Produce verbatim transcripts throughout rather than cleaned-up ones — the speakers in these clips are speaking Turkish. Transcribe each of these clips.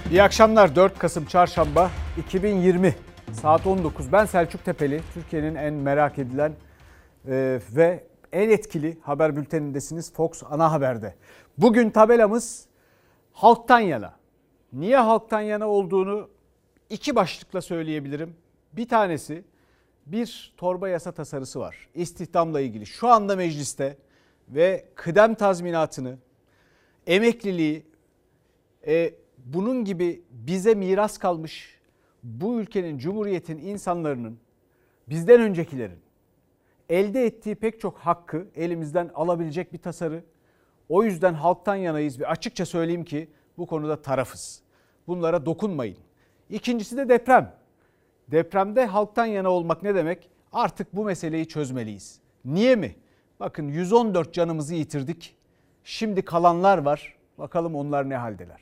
İyi akşamlar. dört Kasım Çarşamba iki bin yirmi saat on dokuz. Ben Selçuk Tepeli. Türkiye'nin en merak edilen e, ve en etkili haber bültenindesiniz Fox Ana Haber'de. Bugün tabelamız halktan yana. Niye halktan yana olduğunu iki başlıkla söyleyebilirim. Bir tanesi, bir torba yasa tasarısı var istihdamla ilgili. Şu anda mecliste ve kıdem tazminatını, emekliliği, e, bunun gibi bize miras kalmış bu ülkenin, cumhuriyetin insanların, bizden öncekilerin elde ettiği pek çok hakkı elimizden alabilecek bir tasarı. O yüzden halktan yanayız ve açıkça söyleyeyim ki bu konuda tarafız. Bunlara dokunmayın. İkincisi de deprem. Depremde halktan yana olmak ne demek? Artık bu meseleyi çözmeliyiz. Niye mi? Bakın yüz on dört canımızı yitirdik. Şimdi kalanlar var. Bakalım onlar ne haldeler?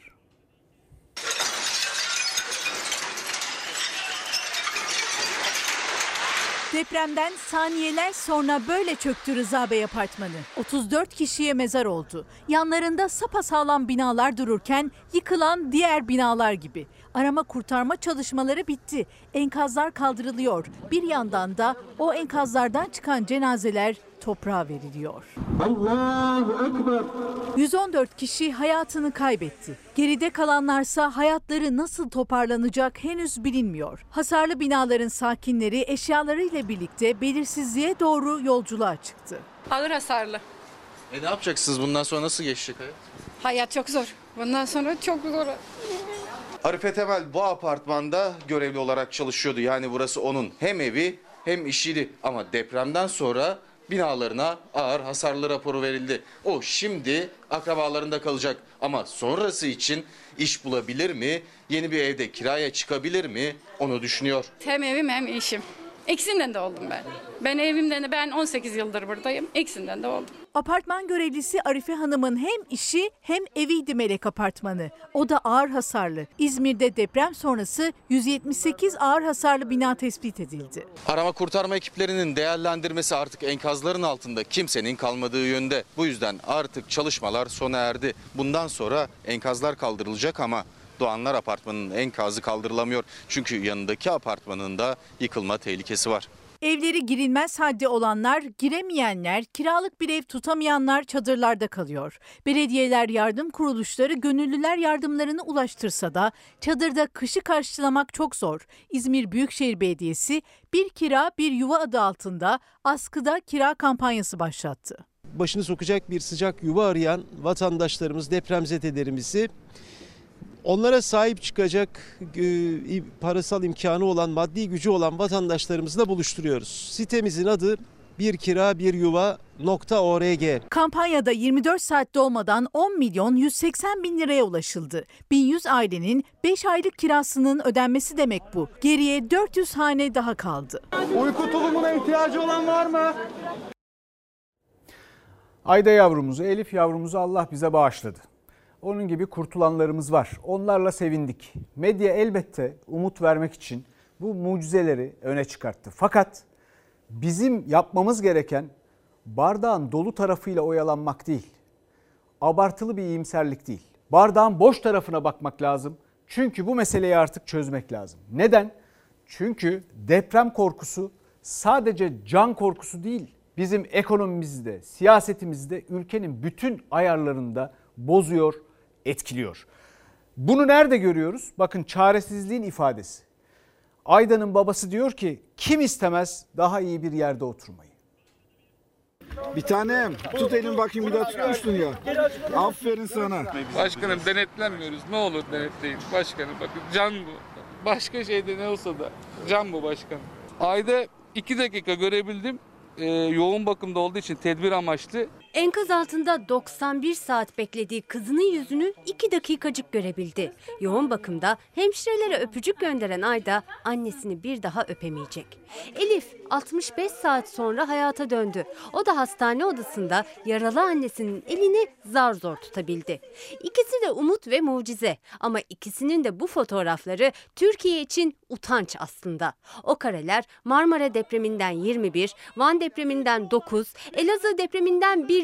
Depremden saniyeler sonra böyle çöktü Rıza Bey apartmanı. otuz dört kişiye mezar oldu. Yanlarında sapasağlam binalar dururken yıkılan diğer binalar gibi. Arama kurtarma çalışmaları bitti. Enkazlar kaldırılıyor. Bir yandan da o enkazlardan çıkan cenazeler toprağa veriliyor. Allahu Ekber. yüz on dört kişi hayatını kaybetti. Geride kalanlarsa hayatları nasıl toparlanacak henüz bilinmiyor. Hasarlı binaların sakinleri eşyalarıyla birlikte belirsizliğe doğru yolculuğa çıktı. Ağır hasarlı. E ne yapacaksınız bundan sonra, nasıl geçecek hayat? Hayat çok zor. Bundan sonra çok zor. Arife Temel bu apartmanda görevli olarak çalışıyordu. Yani burası onun hem evi hem işiydi. Ama depremden sonra binalarına ağır hasarlı raporu verildi. O şimdi akrabalarında kalacak. Ama sonrası için iş bulabilir mi? Yeni bir evde kiraya çıkabilir mi? Onu düşünüyor. Hem evim hem işim. İkisinden de oldum ben. Ben evimden de ben on sekiz yıldır buradayım. İkisinden de oldum. Apartman görevlisi Arife Hanım'ın hem işi hem eviydi Melek Apartmanı. O da ağır hasarlı. İzmir'de deprem sonrası yüz yetmiş sekiz ağır hasarlı bina tespit edildi. Arama kurtarma ekiplerinin değerlendirmesi artık enkazların altında kimsenin kalmadığı yönde. Bu yüzden artık çalışmalar sona erdi. Bundan sonra enkazlar kaldırılacak ama Doğanlar Apartmanı'nın enkazı kaldırılamıyor. Çünkü yanındaki apartmanın da yıkılma tehlikesi var. Evleri girilmez halde olanlar, giremeyenler, kiralık bir ev tutamayanlar çadırlarda kalıyor. Belediyeler, yardım kuruluşları gönüllüler yardımlarını ulaştırsa da çadırda kışı karşılamak çok zor. İzmir Büyükşehir Belediyesi Bir Kira Bir Yuva adı altında askıda kira kampanyası başlattı. Başını sokacak bir sıcak yuva arayan vatandaşlarımız, depremzedelerimizi, onlara sahip çıkacak e, parasal imkanı olan, maddi gücü olan vatandaşlarımızla buluşturuyoruz. Sitemizin adı bir kira bir yuva nokta org. Kampanyada yirmi dört saat dolmadan on milyon yüz seksen bin liraya ulaşıldı. bin yüz ailenin beş aylık kirasının ödenmesi demek bu. Geriye dört yüz hane daha kaldı. Uyku tulumuna ihtiyacı olan var mı? Ayda yavrumuzu, Elif yavrumuzu Allah bize bağışladı. Onun gibi kurtulanlarımız var. Onlarla sevindik. Medya elbette umut vermek için bu mucizeleri öne çıkarttı. Fakat bizim yapmamız gereken bardağın dolu tarafıyla oyalanmak değil. Abartılı bir iyimserlik değil. Bardağın boş tarafına bakmak lazım. Çünkü bu meseleyi artık çözmek lazım. Neden? Çünkü deprem korkusu sadece can korkusu değil. Bizim ekonomimizde, siyasetimizde, ülkenin bütün ayarlarında bozuyor, etkiliyor. Bunu nerede görüyoruz? Bakın, çaresizliğin ifadesi. Aydan'ın babası diyor ki kim istemez daha iyi bir yerde oturmayı. Bir tanem tut elin bakayım, bir daha tutmuştun ya. Aferin sana. Başkanım denetlenmiyoruz. Ne olur denetleyin. Başkanım bakın, can bu. Başka şeyde ne olsa da can bu başkanım. Ayda iki dakika görebildim. Ee, yoğun bakımda olduğu için tedbir amaçlı. Enkaz altında doksan bir saat beklediği kızının yüzünü iki dakikacık görebildi. Yoğun bakımda hemşirelere öpücük gönderen Ayda annesini bir daha öpemeyecek. Elif altmış beş saat sonra hayata döndü. O da hastane odasında yaralı annesinin elini zar zor tutabildi. İkisi de umut ve mucize ama ikisinin de bu fotoğrafları Türkiye için utanç aslında. O kareler Marmara depreminden yirmi bir, Van depreminden dokuz, Elazığ depreminden bir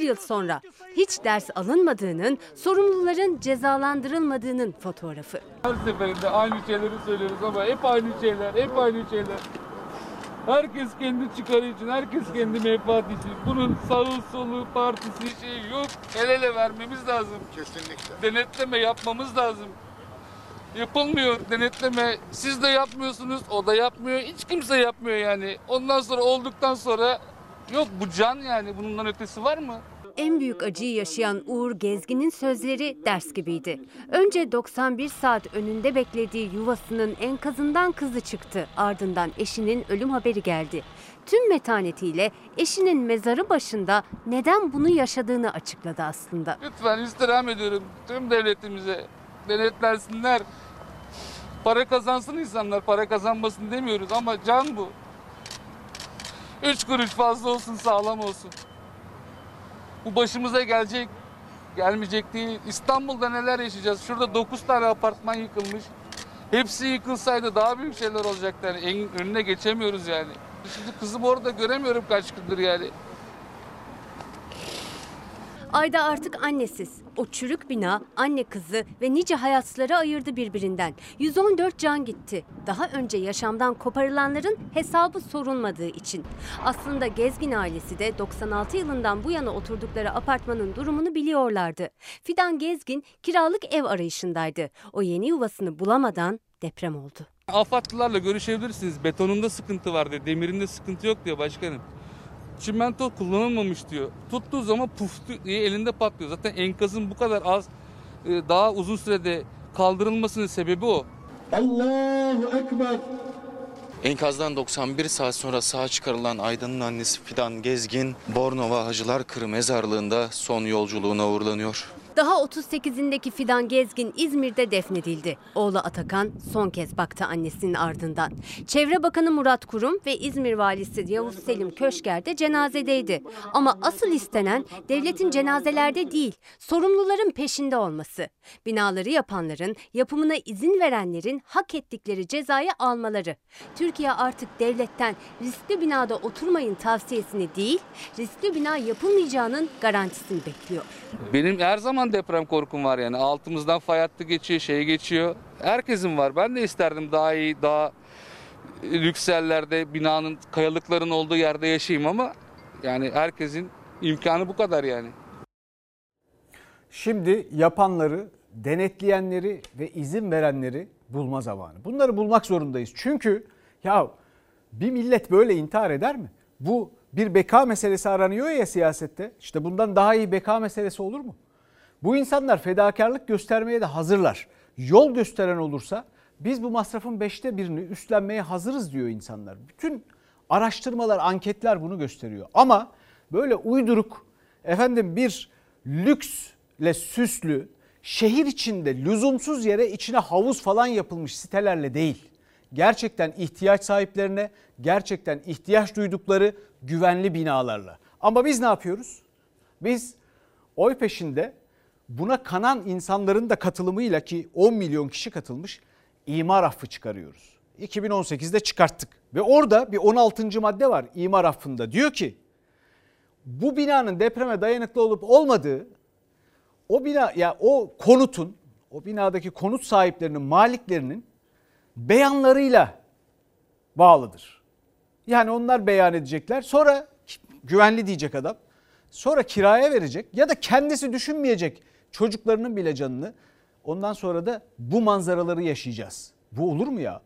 yıl sonra. Hiç ders alınmadığının, sorumluların cezalandırılmadığının fotoğrafı. Her seferinde aynı şeyleri söylüyoruz ama hep aynı şeyler, hep aynı şeyler. Herkes kendi çıkarı için, herkes kendi menfaati için. Bunun sağı, solu, partisi şeyi yok. El ele vermemiz lazım. Kesinlikle. Denetleme yapmamız lazım. Yapılmıyor denetleme. Siz de yapmıyorsunuz, o da yapmıyor. Hiç kimse yapmıyor yani. Ondan sonra olduktan sonra yok bu can yani. Bundan ötesi var mı? En büyük acıyı yaşayan Uğur Gezgin'in sözleri ders gibiydi. Önce doksan bir saat önünde beklediği yuvasının enkazından kızı çıktı. Ardından eşinin ölüm haberi geldi. Tüm metanetiyle eşinin mezarı başında neden bunu yaşadığını açıkladı aslında. Lütfen istirham ediyorum tüm devletimize. Denetlensinler. Para kazansın insanlar, para kazanmasın demiyoruz ama can bu. Üç kuruş fazla olsun, sağlam olsun. Bu başımıza gelecek, gelmeyecek değil. İstanbul'da neler yaşayacağız? Şurada dokuz tane apartman yıkılmış. Hepsi yıkılsaydı daha büyük şeyler olacaktı. Yani en, önüne geçemiyoruz yani. Şimdi kızım orada göremiyorum kaç gündür yani. Ayda artık annesiz. O çürük bina anne kızı ve nice hayatları ayırdı birbirinden. yüz on dört can gitti. Daha önce yaşamdan koparılanların hesabı sorulmadığı için. Aslında Gezgin ailesi de doksan altı yılından bu yana oturdukları apartmanın durumunu biliyorlardı. Fidan Gezgin kiralık ev arayışındaydı. O yeni yuvasını bulamadan deprem oldu. AFAD'lılarla görüşebilirsiniz. Betonunda sıkıntı var diyor, demirinde sıkıntı yok diyor başkanım. Çimento kullanılmamış diyor. Tuttuğu zaman puf diye elinde patlıyor. Zaten enkazın bu kadar az, daha uzun sürede kaldırılmasının sebebi o. Allahu Ekber. Enkazdan doksan bir saat sonra sağ çıkarılan Aydan'ın annesi Fidan Gezgin, Bornova Hacılar Kırı mezarlığında son yolculuğuna uğurlanıyor. Daha otuz sekizindeki Fidan Gezgin İzmir'de defnedildi. Oğlu Atakan son kez baktı annesinin ardından. Çevre Bakanı Murat Kurum ve İzmir Valisi Yavuz Selim Köşker de cenazedeydi. Ama asıl istenen devletin cenazelerde değil, sorumluların peşinde olması. Binaları yapanların, yapımına izin verenlerin hak ettikleri cezayı almaları. Türkiye artık devletten riskli binada oturmayın tavsiyesini değil, riskli bina yapılmayacağının garantisini bekliyor. Benim her zaman deprem korkum var yani. Altımızdan fay hattı geçiyor, şey geçiyor. Herkesin var. Ben de isterdim daha iyi, daha lüks yerlerde, binanın, kayalıkların olduğu yerde yaşayayım ama yani herkesin imkanı bu kadar yani. Şimdi yapanları, denetleyenleri ve izin verenleri bulma zamanı. Bunları bulmak zorundayız. Çünkü ya bir millet böyle intihar eder mi? Bu bir beka meselesi aranıyor ya siyasette. İşte bundan daha iyi beka meselesi olur mu? Bu insanlar fedakarlık göstermeye de hazırlar. Yol gösteren olursa biz bu masrafın beşte birini üstlenmeye hazırız diyor insanlar. Bütün araştırmalar, anketler bunu gösteriyor. Ama böyle uyduruk, efendim bir lüksle süslü, şehir içinde lüzumsuz yere içine havuz falan yapılmış sitelerle değil. Gerçekten ihtiyaç sahiplerine, gerçekten ihtiyaç duydukları güvenli binalarla. Ama biz ne yapıyoruz? Biz oy peşinde buna kanan insanların da katılımıyla, ki on milyon kişi katılmış, imar affı çıkarıyoruz. iki bin on sekizde çıkarttık ve orada bir on altıncı madde var imar affında. Diyor ki bu binanın depreme dayanıklı olup olmadığı, o bina ya o konutun, o binadaki konut sahiplerinin, maliklerinin beyanlarıyla bağlıdır. Yani onlar beyan edecekler, sonra güvenli diyecek adam, sonra kiraya verecek ya da kendisi düşünmeyecek çocuklarının bile canını. Ondan sonra da bu manzaraları yaşayacağız. Bu olur mu ya?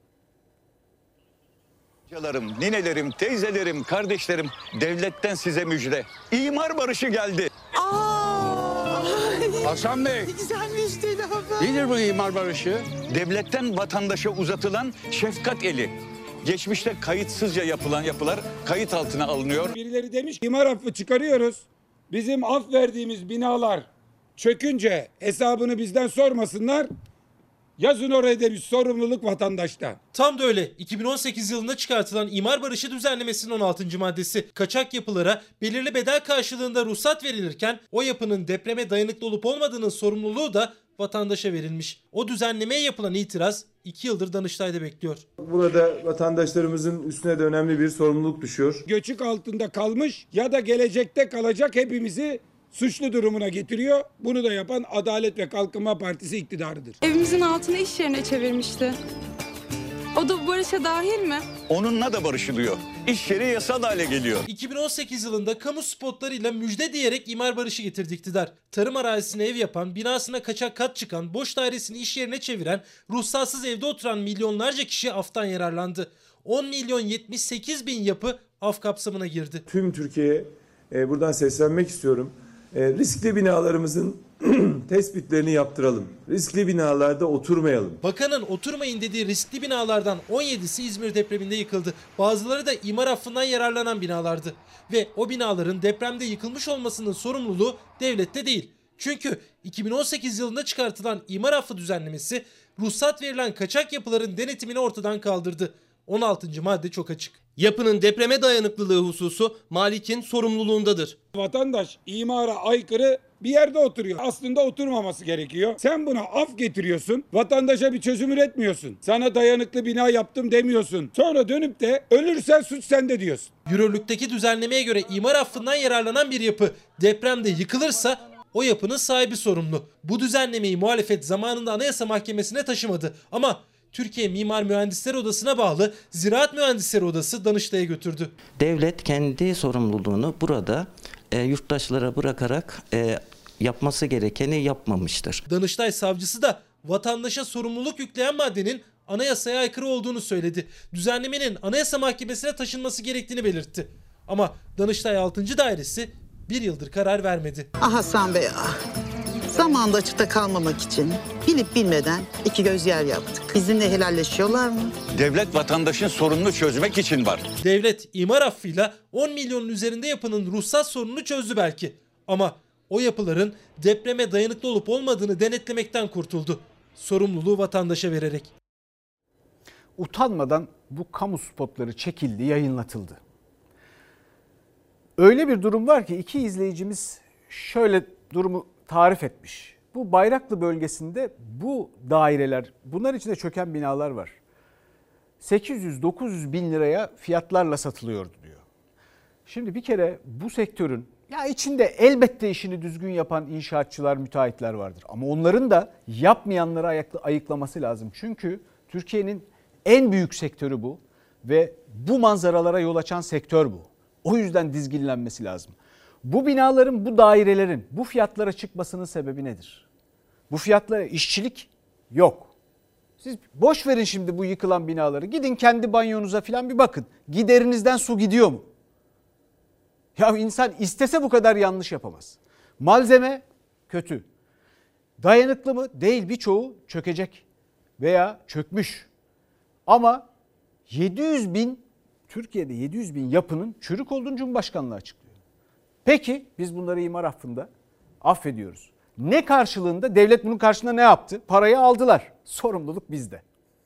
Amcalarım, ninelerim, teyzelerim, kardeşlerim, devletten size müjde. İmar barışı geldi. Aa, Hasan Bey. güzel müjde haber. Nedir bu imar barışı? Devletten vatandaşa uzatılan şefkat eli. Geçmişte kayıtsızca yapılan yapılar kayıt altına alınıyor. Birileri demiş ki imar affı çıkarıyoruz. Bizim af verdiğimiz binalar çökünce hesabını bizden sormasınlar. Yazın oraya demiş, sorumluluk vatandaşta. Tam da öyle. iki bin on sekiz yılında çıkartılan imar barışı düzenlemesinin on altıncı maddesi kaçak yapılara belirli bedel karşılığında ruhsat verilirken o yapının depreme dayanıklı olup olmadığının sorumluluğu da vatandaşa verilmiş. O düzenlemeye yapılan itiraz iki yıldır Danıştay'da bekliyor. Burada vatandaşlarımızın üstüne de önemli bir sorumluluk düşüyor. Göçük altında kalmış ya da gelecekte kalacak hepimizi suçlu durumuna getiriyor. Bunu da yapan Adalet ve Kalkınma Partisi iktidarıdır. Evimizin altını iş yerine çevirmişti. O da bu barışa dahil mi? Onunla da barışılıyor. İş yeri yasal hale geliyor. iki bin on sekiz yılında kamu spotlarıyla müjde diyerek imar barışı getirdi iktidar. Tarım arazisine ev yapan, binasına kaçak kat çıkan, boş dairesini iş yerine çeviren, ruhsatsız evde oturan milyonlarca kişi aftan yararlandı. on milyon yetmiş sekiz bin yapı af kapsamına girdi. Tüm Türkiye'ye e, buradan seslenmek istiyorum. E, riskli binalarımızın tespitlerini yaptıralım. Riskli binalarda oturmayalım. Bakanın oturmayın dediği riskli binalardan on yedisi İzmir depreminde yıkıldı. Bazıları da imar affından yararlanan binalardı. Ve o binaların depremde yıkılmış olmasının sorumluluğu devlette değil. Çünkü iki bin on sekiz yılında çıkartılan imar affı düzenlemesi ruhsat verilen kaçak yapıların denetimini ortadan kaldırdı. on altıncı madde çok açık. Yapının depreme dayanıklılığı hususu malikin sorumluluğundadır. Vatandaş imara aykırı bir yerde oturuyor. Aslında oturmaması gerekiyor. Sen buna af getiriyorsun. Vatandaşa bir çözüm üretmiyorsun. Sana dayanıklı bina yaptım demiyorsun. Sonra dönüp de ölürsen suç sende diyorsun. Yürürlükteki düzenlemeye göre imar affından yararlanan bir yapı depremde yıkılırsa o yapının sahibi sorumlu. Bu düzenlemeyi muhalefet zamanında Anayasa Mahkemesi'ne taşımadı. Ama Türkiye Mimar Mühendisleri Odası'na bağlı Ziraat Mühendisleri Odası Danıştay'a götürdü. Devlet kendi sorumluluğunu burada e, yurttaşlara bırakarak e, yapması gerekeni yapmamıştır. Danıştay savcısı da vatandaşa sorumluluk yükleyen maddenin anayasaya aykırı olduğunu söyledi. Düzenlemenin Anayasa Mahkemesi'ne taşınması gerektiğini belirtti. Ama Danıştay altıncı Dairesi bir yıldır karar vermedi. Ah Hasan Bey ah. Zamanında açıkta kalmamak için bilip bilmeden iki göz yer yaptık. Bizimle helalleşiyorlar mı? Devlet vatandaşın sorununu çözmek için var. Devlet imar affıyla on milyonun üzerinde yapının ruhsat sorununu çözdü belki. Ama o yapıların depreme dayanıklı olup olmadığını denetlemekten kurtuldu. Sorumluluğu vatandaşa vererek. Utanmadan bu kamu spotları çekildi, yayınlatıldı. Öyle bir durum var ki iki izleyicimiz şöyle durumu tarif etmiş. Bu Bayraklı bölgesinde bu daireler, bunlar içinde çöken binalar var. sekiz yüz dokuz yüz bin liraya fiyatlarla satılıyordu diyor. Şimdi bir kere bu sektörün ya içinde elbette işini düzgün yapan inşaatçılar, müteahhitler vardır. Ama onların da yapmayanları ayıklaması lazım. Çünkü Türkiye'nin en büyük sektörü bu ve bu manzaralara yol açan sektör bu. O yüzden dizginlenmesi lazım. Bu binaların, bu dairelerin bu fiyatlara çıkmasının sebebi nedir? Bu fiyatlara işçilik yok. Siz boş verin şimdi bu yıkılan binaları. Gidin kendi banyonuza falan bir bakın. Giderinizden su gidiyor mu? Ya insan istese bu kadar yanlış yapamaz. Malzeme kötü. Dayanıklı mı? Değil, birçoğu çökecek veya çökmüş. Ama yedi yüz bin, Türkiye'de yedi yüz bin yapının çürük olduğunu Cumhurbaşkanlığı açıklıyor. Peki biz bunları imar affında affediyoruz. Ne karşılığında? Devlet bunun karşılığında ne yaptı? Parayı aldılar. Sorumluluk bizde.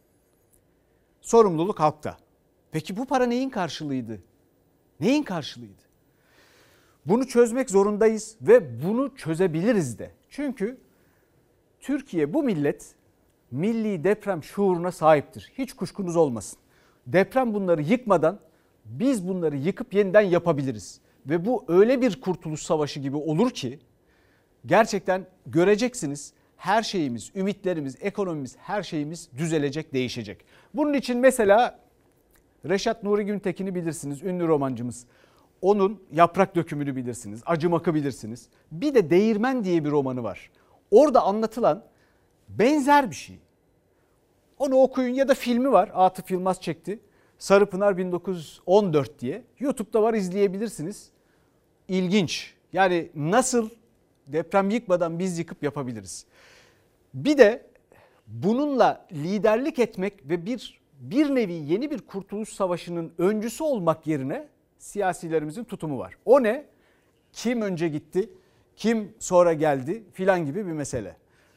Sorumluluk halkta. Peki bu para neyin karşılığıydı? Neyin karşılığıydı? Bunu çözmek zorundayız ve bunu çözebiliriz de. Çünkü Türkiye, bu millet milli deprem şuuruna sahiptir. Hiç kuşkunuz olmasın. Deprem bunları yıkmadan biz bunları yıkıp yeniden yapabiliriz. Ve bu öyle bir kurtuluş savaşı gibi olur ki gerçekten göreceksiniz, her şeyimiz, ümitlerimiz, ekonomimiz, her şeyimiz düzelecek, değişecek. Bunun için mesela Reşat Nuri Güntekin'i bilirsiniz, ünlü romancımız. Onun Yaprak Dökümü'nü bilirsiniz, Acımak'ı bilirsiniz. Bir de Değirmen diye bir romanı var. Orada anlatılan benzer bir şey. Onu okuyun ya da filmi var, Atıf Yılmaz çekti. Sarıpınar bin dokuz yüz on dört diye. YouTube'da var, izleyebilirsiniz. İlginç. Yani nasıl deprem yıkmadan biz yıkıp yapabiliriz. Bir de bununla liderlik etmek ve bir bir nevi yeni bir kurtuluş savaşının öncüsü olmak yerine siyasilerimizin tutumu var. O ne? Kim önce gitti, kim sonra geldi filan gibi bir mesele.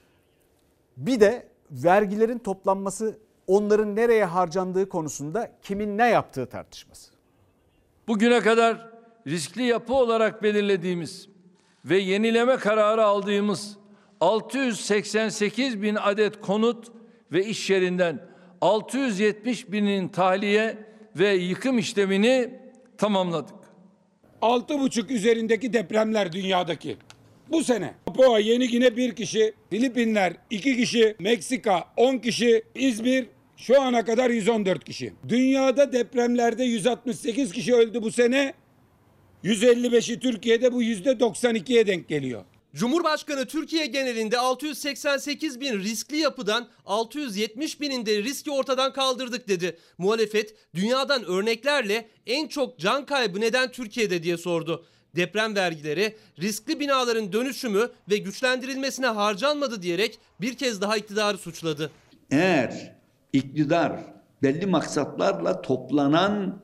Bir de vergilerin toplanması, onların nereye harcandığı konusunda kimin ne yaptığı tartışması. Bugüne kadar riskli yapı olarak belirlediğimiz ve yenileme kararı aldığımız altı yüz seksen sekiz bin adet konut ve iş yerinden altı yüz yetmiş binin tahliye ve yıkım işlemini tamamladık. Altı buçuk üzerindeki depremler dünyadaki. Bu sene Papua Yeni Gine bir kişi, Filipinler iki kişi, Meksika on kişi, İzmir şu ana kadar yüz on dört kişi. Dünyada depremlerde yüz altmış sekiz kişi öldü bu sene. yüz elli beşi Türkiye'de, bu yüzde doksan ikiye denk geliyor. Cumhurbaşkanı Türkiye genelinde altı yüz seksen sekiz bin riskli yapıdan altı yüz yetmiş bininde riski ortadan kaldırdık dedi. Muhalefet dünyadan örneklerle en çok can kaybı neden Türkiye'de diye sordu. Deprem vergileri riskli binaların dönüşümü ve güçlendirilmesine harcanmadı diyerek bir kez daha iktidarı suçladı. Eğer iktidar belli maksatlarla toplanan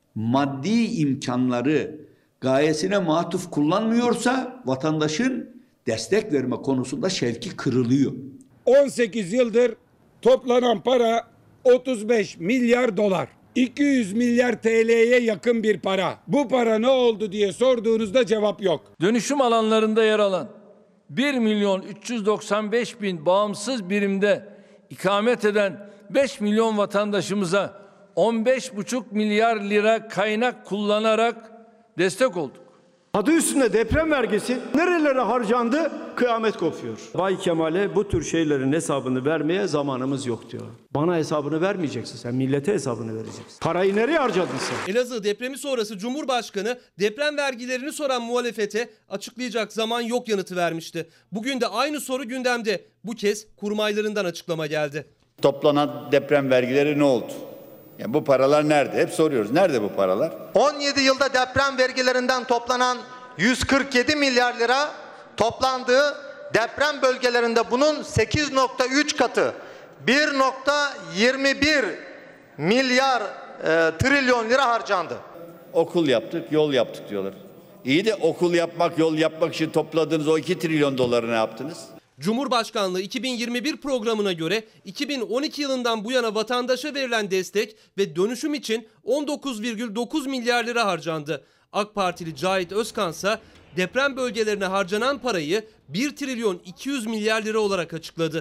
maddi imkanları gayesine matuf kullanmıyorsa vatandaşın destek verme konusunda şevki kırılıyor. on sekiz yıldır toplanan para otuz beş milyar dolar. iki yüz milyar T L'ye yakın bir para. Bu para ne oldu diye sorduğunuzda cevap yok. Dönüşüm alanlarında yer alan bir milyon üç yüz doksan beş bin bağımsız birimde ikamet eden beş milyon vatandaşımıza on beş buçuk milyar lira kaynak kullanarak destek olduk. Adı üstünde deprem vergisi nerelere harcandı? Kıyamet kopuyor. Bay Kemal'e bu tür şeylerin hesabını vermeye zamanımız yok diyor. Bana hesabını vermeyeceksin, sen millete hesabını vereceksin. Parayı nereye harcadın sen? Elazığ depremi sonrası Cumhurbaşkanı deprem vergilerini soran muhalefete açıklayacak zaman yok yanıtı vermişti. Bugün de aynı soru gündemde. Bu kez kurmaylarından açıklama geldi. Toplanan deprem vergileri ne oldu? Yani bu paralar nerede? Hep soruyoruz. Nerede bu paralar? on yedi yılda deprem vergilerinden toplanan yüz kırk yedi milyar lira toplandığı, deprem bölgelerinde bunun sekiz nokta üç katı bir nokta yirmi bir milyar e, trilyon lira harcandı. Okul yaptık, yol yaptık diyorlar. İyi de okul yapmak, yol yapmak için topladığınız o iki trilyon doları ne yaptınız? Cumhurbaşkanlığı iki bin yirmi bir programına göre iki bin on iki yılından bu yana vatandaşa verilen destek ve dönüşüm için on dokuz virgül dokuz milyar lira harcandı. AK Partili Cahit Özkan ise deprem bölgelerine harcanan parayı bir trilyon iki yüz milyar lira olarak açıkladı.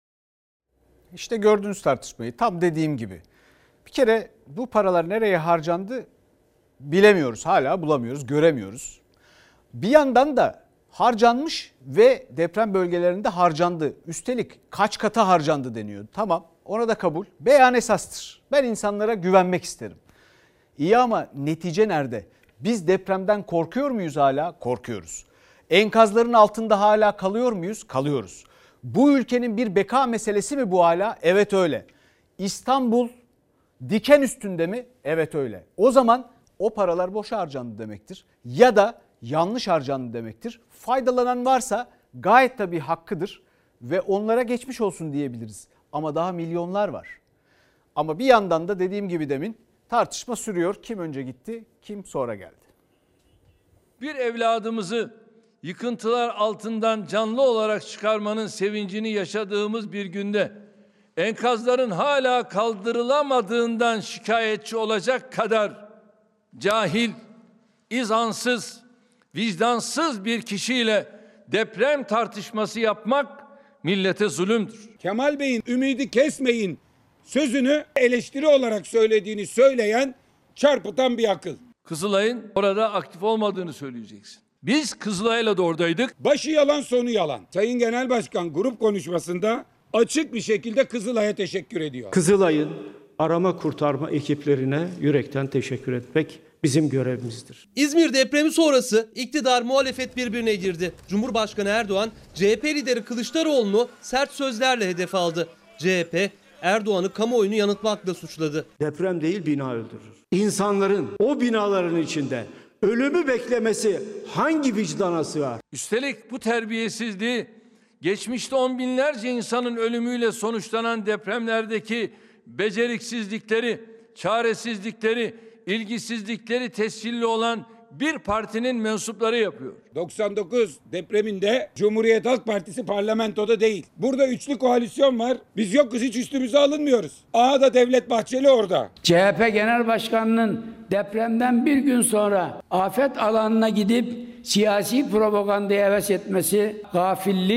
İşte gördüğünüz tartışmayı, tam dediğim gibi. Bir kere bu paralar nereye harcandı bilemiyoruz, hala bulamıyoruz, göremiyoruz. Bir yandan da harcanmış ve deprem bölgelerinde harcandı. Üstelik kaç kata harcandı deniyor. Tamam, ona da kabul. Beyan esastır. Ben insanlara güvenmek isterim. İyi ama netice nerede? Biz depremden korkuyor muyuz hala? Korkuyoruz. Enkazların altında hala kalıyor muyuz? Kalıyoruz. Bu ülkenin bir beka meselesi mi bu hala? Evet öyle. İstanbul diken üstünde mi? Evet öyle. O zaman o paralar boşa harcandı demektir. Ya da yanlış harcandı demektir. Faydalanan varsa gayet tabii hakkıdır ve onlara geçmiş olsun diyebiliriz. Ama daha milyonlar var. Ama bir yandan da dediğim gibi demin tartışma sürüyor. Kim önce gitti, kim sonra geldi. Bir evladımızı yıkıntılar altından canlı olarak çıkarmanın sevincini yaşadığımız bir günde enkazların hala kaldırılamadığından şikayetçi olacak kadar cahil, izansız, vicdansız bir kişiyle deprem tartışması yapmak millete zulümdür. Kemal Bey'in ümidi kesmeyin sözünü eleştiri olarak söylediğini söyleyen çarpıtan bir akıl. Kızılay'ın orada aktif olmadığını söyleyeceksin. Biz Kızılay'la da oradaydık. Başı yalan, sonu yalan. Sayın Genel Başkan grup konuşmasında açık bir şekilde Kızılay'a teşekkür ediyor. Kızılay'ın arama kurtarma ekiplerine yürekten teşekkür etmek bizim görevimizdir. İzmir depremi sonrası iktidar muhalefet birbirine girdi. Cumhurbaşkanı Erdoğan C H P lideri Kılıçdaroğlu'nu sert sözlerle hedef aldı. C H P Erdoğan'ı kamuoyunu yanıltmakla suçladı. Deprem değil, bina öldürür. İnsanların o binaların içinde ölümü beklemesi hangi vicdana sığar? Üstelik bu terbiyesizliği geçmişte on binlerce insanın ölümüyle sonuçlanan depremlerdeki beceriksizlikleri, çaresizlikleri, ilgisizlikleri tescilli olan bir partinin mensupları yapıyor. doksan dokuz depreminde Cumhuriyet Halk Partisi parlamentoda değil. Burada üçlü koalisyon var. Biz yokuz, hiç üstümüze alınmıyoruz. Aha da Devlet Bahçeli orada. C H P Genel Başkanı'nın depremden bir gün sonra afet alanına gidip siyasi propagandaya heves etmesi gafillik,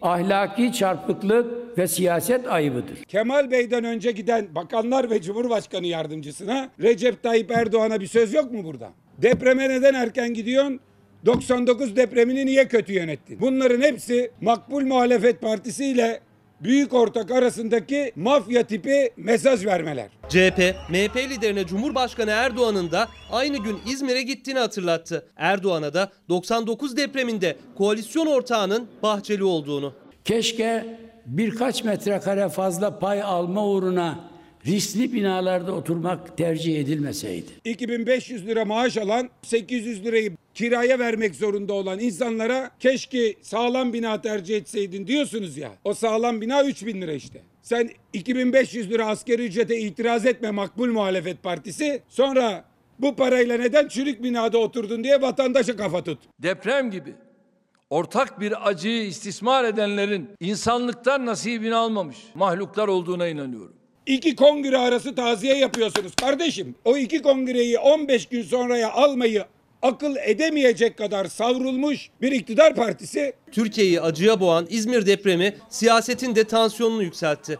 ahlaki çarpıklık ve siyaset ayıbıdır. Kemal Bey'den önce giden bakanlar ve Cumhurbaşkanı yardımcısına Recep Tayyip Erdoğan'a bir söz yok mu burada? Depreme neden erken gidiyorsun? doksan dokuz depremini niye kötü yönettin? Bunların hepsi Makbul Muhalefet Partisi ile büyük ortak arasındaki mafya tipi mesaj vermeler. C H P, M H P liderine Cumhurbaşkanı Erdoğan'ın da aynı gün İzmir'e gittiğini hatırlattı. Erdoğan'a da doksan dokuz depreminde koalisyon ortağının Bahçeli olduğunu. Keşke birkaç metrekare fazla pay alma uğruna riskli binalarda oturmak tercih edilmeseydi. iki bin beş yüz lira maaş alan, sekiz yüz lirayı kiraya vermek zorunda olan insanlara keşke sağlam bina tercih etseydin diyorsunuz ya. O sağlam bina üç bin lira işte. Sen iki bin beş yüz lira asgari ücrete itiraz etme Makbul Muhalefet Partisi. Sonra bu parayla neden çürük binada oturdun diye vatandaşa kafa tut. Deprem gibi ortak bir acıyı istismar edenlerin insanlıktan nasibini almamış mahluklar olduğuna inanıyorum. İki kongre arası taziye yapıyorsunuz kardeşim. O iki kongreyi on beş gün sonraya almayı akıl edemeyecek kadar savrulmuş bir iktidar partisi. Türkiye'yi acıya boğan İzmir depremi siyasetin de tansiyonunu yükseltti.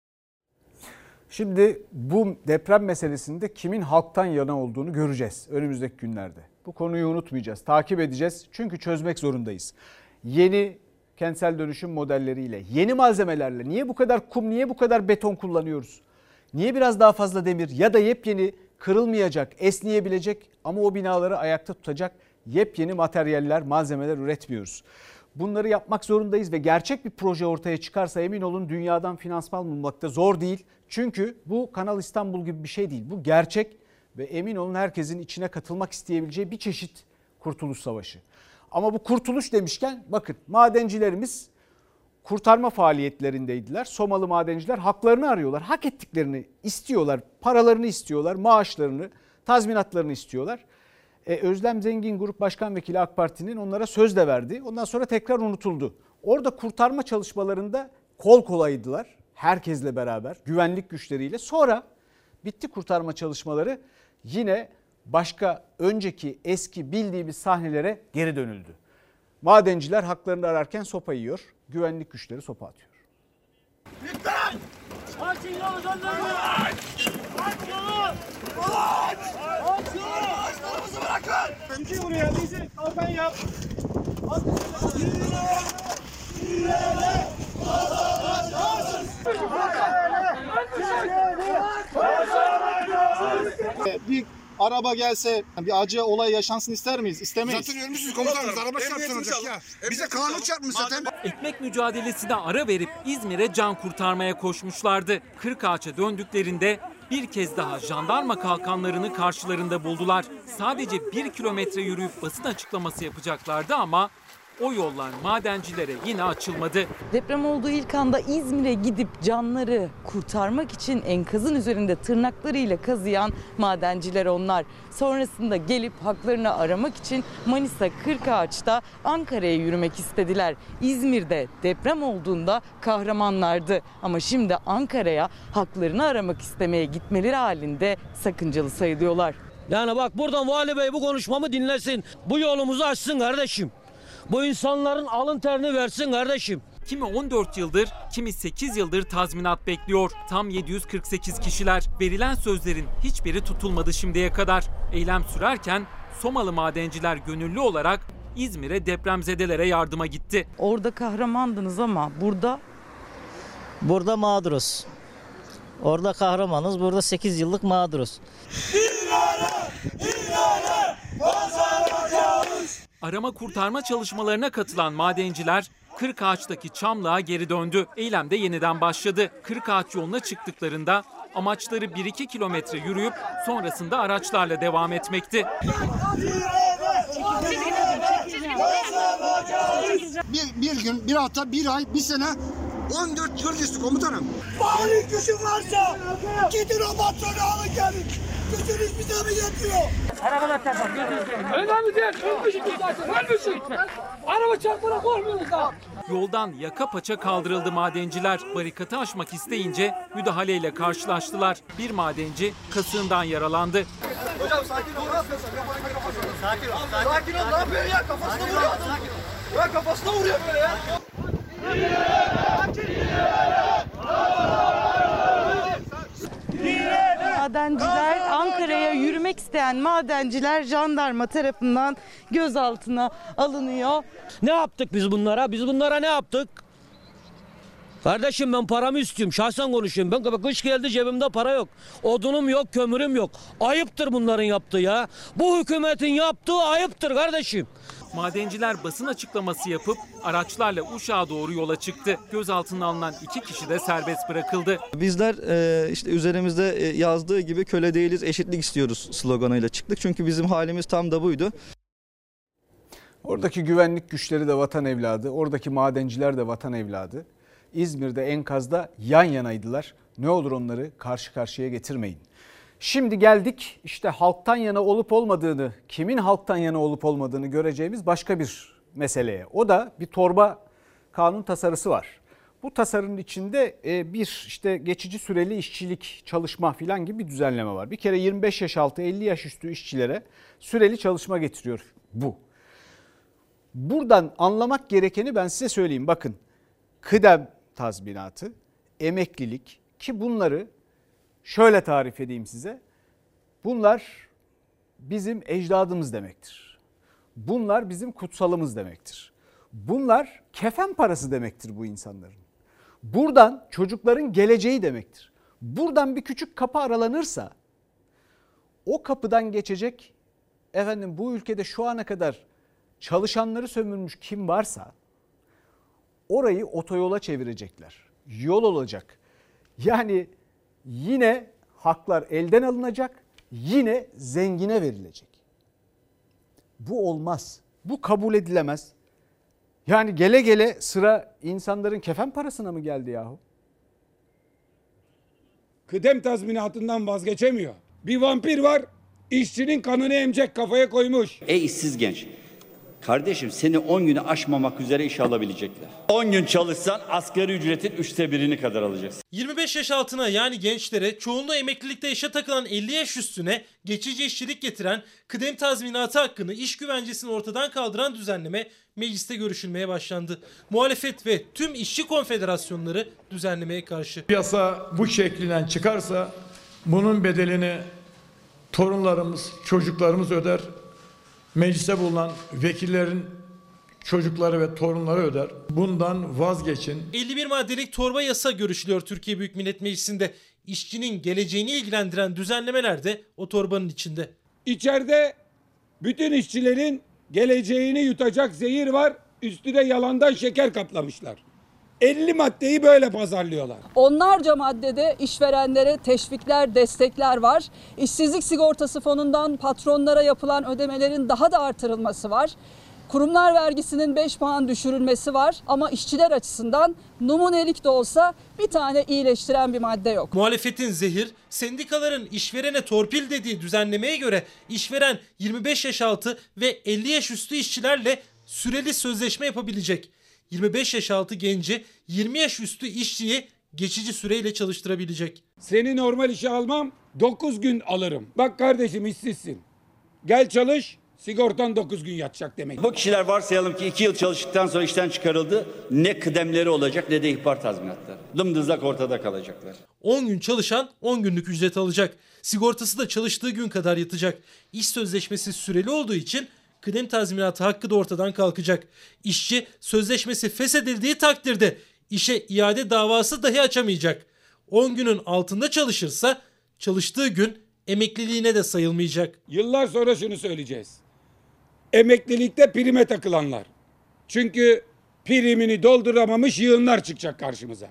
Şimdi bu deprem meselesinde kimin halktan yana olduğunu göreceğiz önümüzdeki günlerde. Bu konuyu unutmayacağız, takip edeceğiz çünkü çözmek zorundayız. Yeni kentsel dönüşüm modelleriyle, yeni malzemelerle niye bu kadar kum, niye bu kadar beton kullanıyoruz? Niye biraz daha fazla demir ya da yepyeni kırılmayacak, esneyebilecek ama o binaları ayakta tutacak yepyeni materyaller, malzemeler üretmiyoruz? Bunları yapmak zorundayız ve gerçek bir proje ortaya çıkarsa emin olun dünyadan finansman bulmak da zor değil. Çünkü bu Kanal İstanbul gibi bir şey değil. Bu gerçek ve emin olun herkesin içine katılmak isteyebileceği bir çeşit kurtuluş savaşı. Ama bu kurtuluş demişken bakın madencilerimiz kurtarma faaliyetlerindeydiler. Somalı madenciler haklarını arıyorlar. Hak ettiklerini istiyorlar. Paralarını istiyorlar. Maaşlarını, tazminatlarını istiyorlar. Ee, Özlem Zengin Grup Başkan Vekili AK Parti'nin onlara söz de verdi. Ondan sonra tekrar unutuldu. Orada kurtarma çalışmalarında kol kolaydılar. Herkesle beraber, güvenlik güçleriyle. Sonra bitti kurtarma çalışmaları. Yine başka önceki eski bildiğimiz sahnelere geri dönüldü. Madenciler haklarını ararken sopa yiyor. Güvenlik güçleri sopa atıyor. Lütfen! Açın yolu jandarma! Aç! Aç yolu! Aç! Aç yolu! Ağaçlarımızı bırakın! Bizi buraya, bizi kalkan yap! Aç! Bir araba gelse bir acı olay yaşansın ister miyiz? İstemeyiz. Zaten ölmüşüz komutanımız. Araba çarptıracak ya. Bize kanun çarpmış zaten. Ekmek mücadelesine ara verip İzmir'e can kurtarmaya koşmuşlardı. Kırkağaç'a döndüklerinde bir kez daha jandarma kalkanlarını karşılarında buldular. Sadece bir kilometre yürüyüp basın açıklaması yapacaklardı ama o yollar madencilere yine açılmadı. Deprem olduğu ilk anda İzmir'e gidip canları kurtarmak için enkazın üzerinde tırnaklarıyla kazıyan madenciler onlar. Sonrasında gelip haklarını aramak için Manisa Kırkağaç'ta Ankara'ya yürümek istediler. İzmir'de deprem olduğunda kahramanlardı ama şimdi Ankara'ya haklarını aramak istemeye gitmeleri halinde sakıncalı sayılıyorlar. Yani bak buradan Vali Bey bu konuşmamı dinlesin. Bu yolumuzu açsın kardeşim. Bu insanların alın terini versin kardeşim. Kimi on dört yıldır, kimi sekiz yıldır tazminat bekliyor. Tam yedi yüz kırk sekiz kişiler. Verilen sözlerin hiçbiri tutulmadı şimdiye kadar. Eylem sürerken Somalı madenciler gönüllü olarak İzmir'e depremzedelere yardıma gitti. Orada kahramandınız ama burada? Burada mağduruz. Orada kahramanız, burada sekiz yıllık mağduruz. Arama kurtarma çalışmalarına katılan madenciler Kırkağaç'taki Çamlığa geri döndü. Eylem de yeniden başladı. Kırkağaç yoluna çıktıklarında amaçları bir iki kilometre yürüyüp sonrasında araçlarla devam etmekti. Bir, bir gün, bir hafta, bir ay, bir sene on dört yıl geçti komutanım. Bari gücün varsa gidin o patronu alın gelin. Gücünüz bize mi yetmiyor? Arkadaşlar gözünüzü seveyim. Önemli değil. Ölmüşsün zaten. Ölmüşsün. Araba çarpmana korkmuyoruz daha. Yoldan yaka paça kaldırıldı madenciler. Barikatı aşmak isteyince müdahaleyle karşılaştılar. Bir madenci kasığından yaralandı. Hocam sakin ol. Sakin ol. Sakin ol. Ne yapıyorsun ya? Kafasına vuruyor adam. Ya kafasına vuruyor böyle ya. madenciler, Ankara'ya yürümek isteyen madenciler jandarma tarafından gözaltına alınıyor. Ne yaptık biz bunlara? Biz bunlara ne yaptık? Kardeşim ben paramı istiyorum. Şahsen konuşayım. Ben kış geldi cebimde para yok. Odunum yok, kömürüm yok. Ayıptır bunların yaptığı ya. Bu hükümetin yaptığı ayıptır kardeşim. Madenciler basın açıklaması yapıp araçlarla Uşak'a doğru yola çıktı. Gözaltına alınan iki kişi de serbest bırakıldı. Bizler e, işte üzerimizde e, yazdığı gibi köle değiliz, eşitlik istiyoruz sloganıyla çıktık. Çünkü bizim halimiz tam da buydu. Oradaki güvenlik güçleri de vatan evladı, oradaki madenciler de vatan evladı. İzmir'de enkazda yan yanaydılar. Ne olur onları karşı karşıya getirmeyin. Şimdi geldik işte halktan yana olup olmadığını, kimin halktan yana olup olmadığını göreceğimiz başka bir meseleye. O da bir torba kanun tasarısı var. Bu tasarının içinde bir işte geçici süreli işçilik, çalışma filan gibi bir düzenleme var. Bir kere yirmi beş yaş altı, elli yaş üstü işçilere süreli çalışma getiriyor bu. Buradan anlamak gerekeni ben size söyleyeyim. Bakın, kıdem tazminatı, emeklilik, ki bunları şöyle tarif edeyim size. Bunlar bizim ecdadımız demektir. Bunlar bizim kutsalımız demektir. Bunlar kefen parası demektir bu insanların. Buradan çocukların geleceği demektir. Buradan bir küçük kapı aralanırsa o kapıdan geçecek, efendim bu ülkede şu ana kadar çalışanları sömürmüş kim varsa orayı otoyola çevirecekler. Yol olacak. Yani yine haklar elden alınacak, yine zengine verilecek. Bu olmaz. Bu kabul edilemez. Yani gele gele sıra insanların kefen parasına mı geldi yahu? Kıdem tazminatından vazgeçemiyor. Bir vampir var, işçinin kanını emecek, kafaya koymuş. Ey işsiz genç. Kardeşim seni on günü aşmamak üzere işe alabilecekler. on gün çalışsan asgari ücretin üçte birini kadar alacaksın. yirmi beş yaş altına yani gençlere, çoğunluğu emeklilikte yaşa takılan elli yaş üstüne geçici işçilik getiren kıdem tazminatı hakkını, iş güvencesini ortadan kaldıran düzenleme mecliste görüşülmeye başlandı. Muhalefet ve tüm işçi konfederasyonları düzenlemeye karşı. Yasa bu şeklinden çıkarsa bunun bedelini torunlarımız, çocuklarımız öder. Mecliste bulunan vekillerin çocukları ve torunları öder. Bundan vazgeçin. elli bir maddelik torba yasa görüşülüyor Türkiye Büyük Millet Meclisi'nde. İşçinin geleceğini ilgilendiren düzenlemeler de o torbanın içinde. İçeride bütün işçilerin geleceğini yutacak zehir var. Üstüne yalandan şeker kaplamışlar. elli maddeyi böyle pazarlıyorlar. Onlarca maddede işverenlere teşvikler, destekler var. İşsizlik sigortası fonundan patronlara yapılan ödemelerin daha da artırılması var. Kurumlar vergisinin beş puan düşürülmesi var ama işçiler açısından numunelik de olsa bir tane iyileştiren bir madde yok. Muhalefetin zehir, sendikaların işverene torpil dediği düzenlemeye göre işveren yirmi beş yaş altı ve elli yaş üstü işçilerle süreli sözleşme yapabilecek. yirmi beş yaş altı genci yirmi yaş üstü işçiyi geçici süreyle çalıştırabilecek. Seni normal işe almam, dokuz gün alırım. Bak kardeşim işsizsin. Gel çalış, sigortan dokuz gün yatacak demek. Bu kişiler varsayalım ki iki yıl çalıştıktan sonra işten çıkarıldı. Ne kıdemleri olacak ne de ihbar tazminatları. Dımdızlak ortada kalacaklar. on gün çalışan on günlük ücret alacak. Sigortası da çalıştığı gün kadar yatacak. İş sözleşmesi süreli olduğu için kıdem tazminatı hakkı da ortadan kalkacak. İşçi sözleşmesi feshedildiği takdirde işe iade davası dahi açamayacak. on günün altında çalışırsa çalıştığı gün emekliliğine de sayılmayacak. Yıllar sonra şunu söyleyeceğiz. Emeklilikte prime takılanlar. Çünkü primini dolduramamış yığınlar çıkacak karşımıza.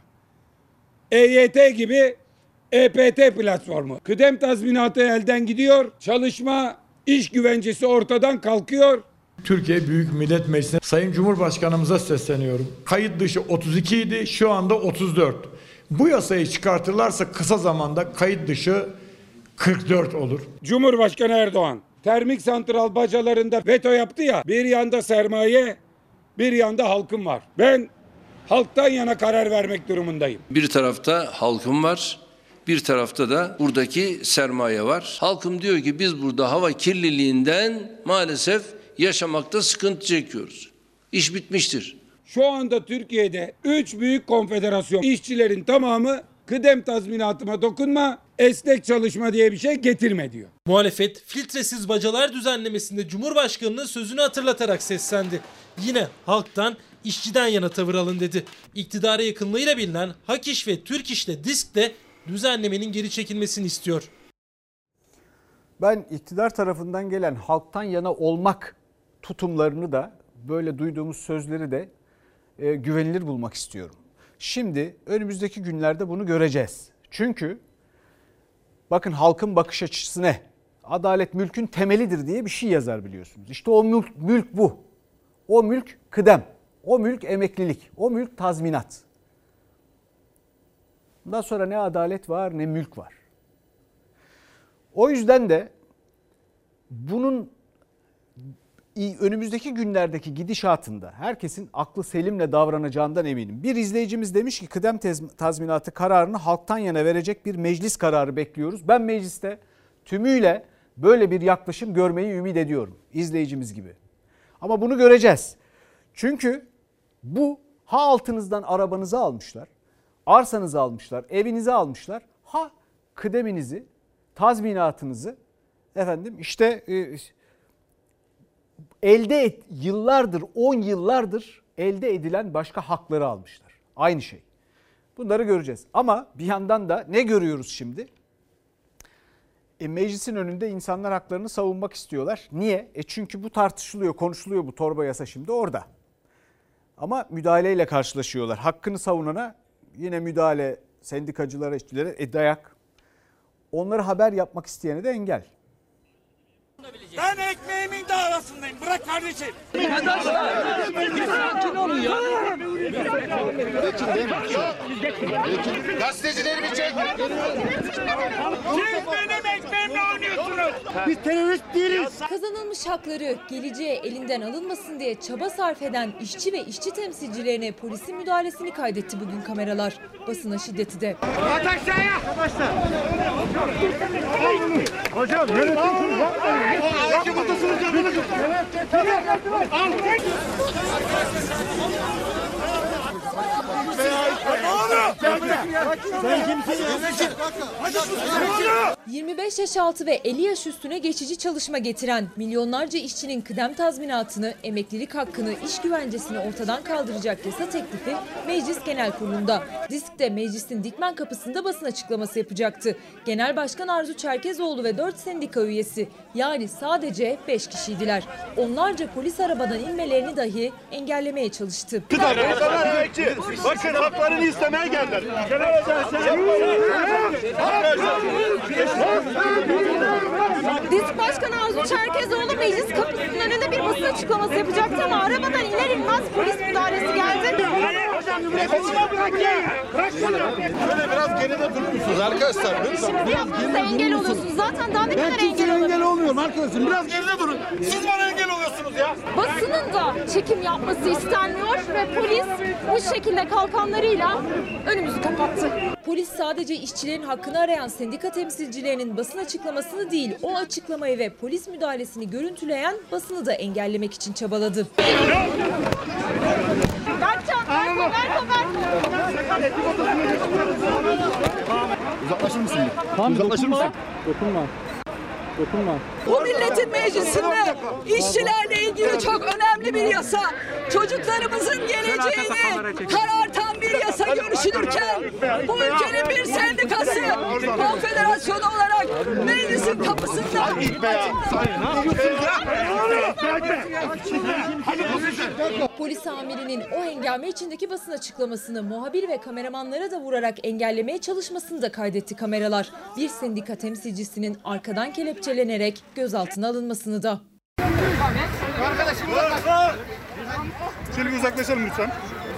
E Y T gibi E P T platformu. Kıdem tazminatı elden gidiyor. Çalışma, iş güvencesi ortadan kalkıyor. Türkiye Büyük Millet Meclisi'ne Sayın Cumhurbaşkanımıza sesleniyorum. Kayıt dışı otuz iki idi, şu anda otuz dört. Bu yasayı çıkartırlarsa kısa zamanda kayıt dışı kırk dört olur. Cumhurbaşkanı Erdoğan termik santral bacalarında veto yaptı ya. Bir yanda sermaye, bir yanda halkım var. Ben halktan yana karar vermek durumundayım. Bir tarafta halkım var, bir tarafta da buradaki sermaye var. Halkım diyor ki biz burada hava kirliliğinden maalesef yaşamakta sıkıntı çekiyoruz. İş bitmiştir. Şu anda Türkiye'de üç büyük konfederasyon, işçilerin tamamı Kıdem tazminatıma dokunma, esnek çalışma diye bir şey getirme diyor. Muhalefet filtresiz bacalar düzenlemesinde Cumhurbaşkanı'nın sözünü hatırlatarak seslendi. Yine halktan, işçiden yana tavır alın dedi. İktidara yakınlığıyla bilinen Hak İş ve Türk İş'te DİSK de düzenlemenin geri çekilmesini istiyor. Ben iktidar tarafından gelen halktan yana olmak tutumlarını da, böyle duyduğumuz sözleri de e, güvenilir bulmak istiyorum. Şimdi önümüzdeki günlerde bunu göreceğiz. Çünkü bakın halkın bakış açısı ne? Adalet mülkün temelidir diye bir şey yazar biliyorsunuz. İşte o mülk, mülk bu. O mülk kıdem. O mülk emeklilik. O mülk tazminat. Bundan sonra ne adalet var ne mülk var. O yüzden de bunun önümüzdeki günlerdeki gidişatında herkesin aklı selimle davranacağından eminim. Bir izleyicimiz demiş ki kıdem tazminatı kararını halktan yana verecek bir meclis kararı bekliyoruz. Ben mecliste tümüyle böyle bir yaklaşım görmeyi ümit ediyorum, izleyicimiz gibi. Ama bunu göreceğiz. Çünkü bu ha altınızdan arabanızı almışlar, arsanızı almışlar, evinizi almışlar, ha kıdeminizi, tazminatınızı efendim işte e, elde et, yıllardır, on yıllardır elde edilen başka hakları almışlar. Aynı şey. Bunları göreceğiz. Ama bir yandan da ne görüyoruz şimdi? E, meclisin önünde insanlar haklarını savunmak istiyorlar. Niye? E çünkü bu tartışılıyor, konuşuluyor bu torba yasa şimdi orada. Ama müdahaleyle karşılaşıyorlar. Hakkını savunana yine müdahale, sendikacılara, işçilere e, dayak. Onları haber yapmak isteyene de engel. Ben ekmeğimin davasındayım. Bırak kardeşim. Sakin olun ya. Gazetecileri bir çek. Siz benim ekmeğimle oynuyorsunuz. Biz terörist değiliz. Kazanılmış hakları geleceğe elinden alınmasın diye çaba sarf eden işçi ve işçi temsilcilerine polisin müdahalesini kaydetti bugün kameralar. Basına şiddeti de. At aşağıya. Başla. Hocam yönetiyorsunuz. Ayakta buradasınız ya. Al. yirmi beş yaş altı ve elli yaş üstüne geçici çalışma getiren milyonlarca işçinin kıdem tazminatını, emeklilik hakkını, iş güvencesini ortadan kaldıracak yasa teklifi Meclis Genel Kurulu'nda. DİSK de meclisin dikmen kapısında basın açıklaması yapacaktı. Genel Başkan Arzu Çerkezoğlu ve dört sendika üyesi, yani sadece beş kişiydiler. Onlarca polis arabadan inmelerini dahi engellemeye çalıştı. Bakın haklarını istemeye geldiler. DİSK Başkanı Arzu Çerkezoğlu meclis kapısının önünde bir basın açıklaması yapacaktı ama arabadan iner inmez polis müdahalesi geldi. Şöyle biraz geride durur musunuz arkadaşlar? Şimdi yapmanıza engel oluyorsunuz. Zaten daha ne kadar engel oluyorsunuz? engel olmuyorum arkadaşım. Biraz geride durun. Siz bana engel oluyorsunuz ya. Basının da çekim yapması istenmiyor ve polis bu şekilde kalkanlarıyla önümüzü kapattı. Polis sadece işçilerin hakkını arayan sendika temsilcilerinin basın açıklamasını değil, o açıklamayı ve polis müdahalesini görüntüleyen basını da engellemek için çabaladı. Berkcan, Berko, Berko, Berko. Uzaklaşır mısın? Tamam, uzaklaşır mısın? Dokunma. Dokunma. Bu milletin meclisinde işçilerle ilgili çok önemli bir yasa, çocuklarımızın geleceğini karartan bir yasa görüşülürken bu ülkenin bir sendikası konfederasyonu olarak meclisin kapısında. Polis amirinin o hengame içindeki basın açıklamasını muhabir ve kameramanlara da vurarak engellemeye çalışmasını da kaydetti kameralar. Bir sendika temsilcisinin arkadan kelepçelenerek gözaltına alınmasını da. Arkadaşım uzaklaş. Şimdi uzaklaşalım lütfen.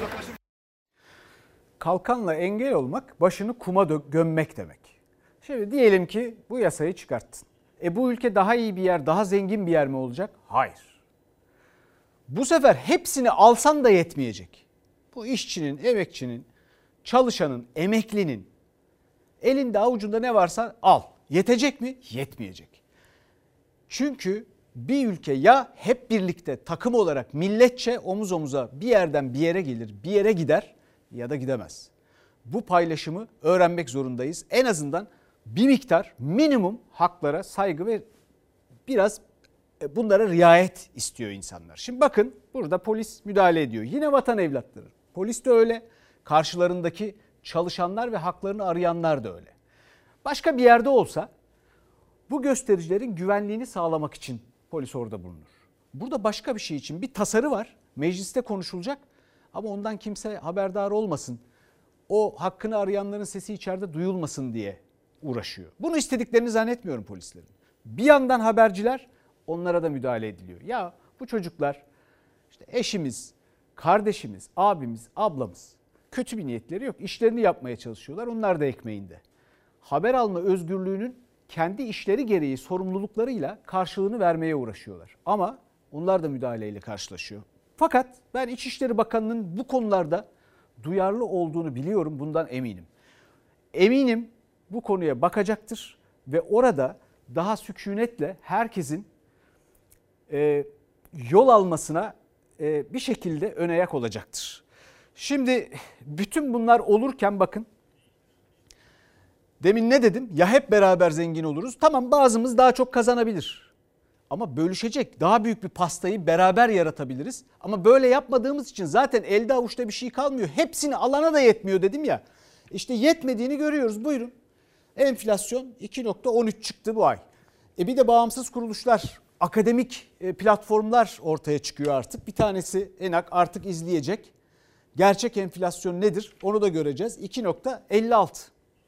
Kalkanla engel olmak başını kuma gömmek demek. Şimdi diyelim ki bu yasayı çıkarttın. E bu ülke daha iyi bir yer, daha zengin bir yer mi olacak? Hayır. Bu sefer hepsini alsan da yetmeyecek. Bu işçinin, emekçinin, çalışanın, emeklinin elinde avucunda ne varsa al. Yetecek mi? Yetmeyecek. Çünkü bir ülke ya hep birlikte takım olarak milletçe omuz omuza bir yerden bir yere gelir, bir yere gider ya da gidemez. bu paylaşımı öğrenmek zorundayız. En azından bir miktar minimum haklara saygı ve biraz bunlara riayet istiyor insanlar. Şimdi bakın burada polis müdahale ediyor. Yine vatan evlatları. Polis de öyle. Karşılarındaki çalışanlar ve haklarını arayanlar da öyle. Başka bir yerde olsa bu göstericilerin güvenliğini sağlamak için polis orada bulunur. Burada başka bir şey için bir tasarı var. Mecliste konuşulacak ama ondan kimse haberdar olmasın. O hakkını arayanların sesi içeride duyulmasın diye uğraşıyor. Bunu istediklerini zannetmiyorum polislerin. Bir yandan haberciler, onlara da müdahale ediliyor. Ya bu çocuklar işte eşimiz, kardeşimiz, abimiz, ablamız, kötü bir niyetleri yok. İşlerini yapmaya çalışıyorlar. Onlar da ekmeğinde. Haber alma özgürlüğünün kendi işleri gereği sorumluluklarıyla karşılığını vermeye uğraşıyorlar. Ama onlar da müdahaleyle karşılaşıyor. Fakat ben İçişleri Bakanı'nın bu konularda duyarlı olduğunu biliyorum, bundan eminim. Eminim bu konuya bakacaktır ve orada daha sükunetle herkesin e, yol almasına e, bir şekilde ön ayak olacaktır. Şimdi bütün bunlar olurken bakın, demin ne dedim? Ya hep beraber zengin oluruz. Tamam, bazımız daha çok kazanabilir. Ama bölüşecek daha büyük bir pastayı beraber yaratabiliriz. Ama böyle yapmadığımız için zaten elde avuçta bir şey kalmıyor. Hepsini alana da yetmiyor dedim ya. İşte yetmediğini görüyoruz. Buyurun. Enflasyon iki nokta on üç çıktı bu ay. E bir de bağımsız kuruluşlar, akademik platformlar ortaya çıkıyor artık. Bir tanesi ENAK artık izleyecek. Gerçek enflasyon nedir? Onu da göreceğiz. iki nokta elli altı.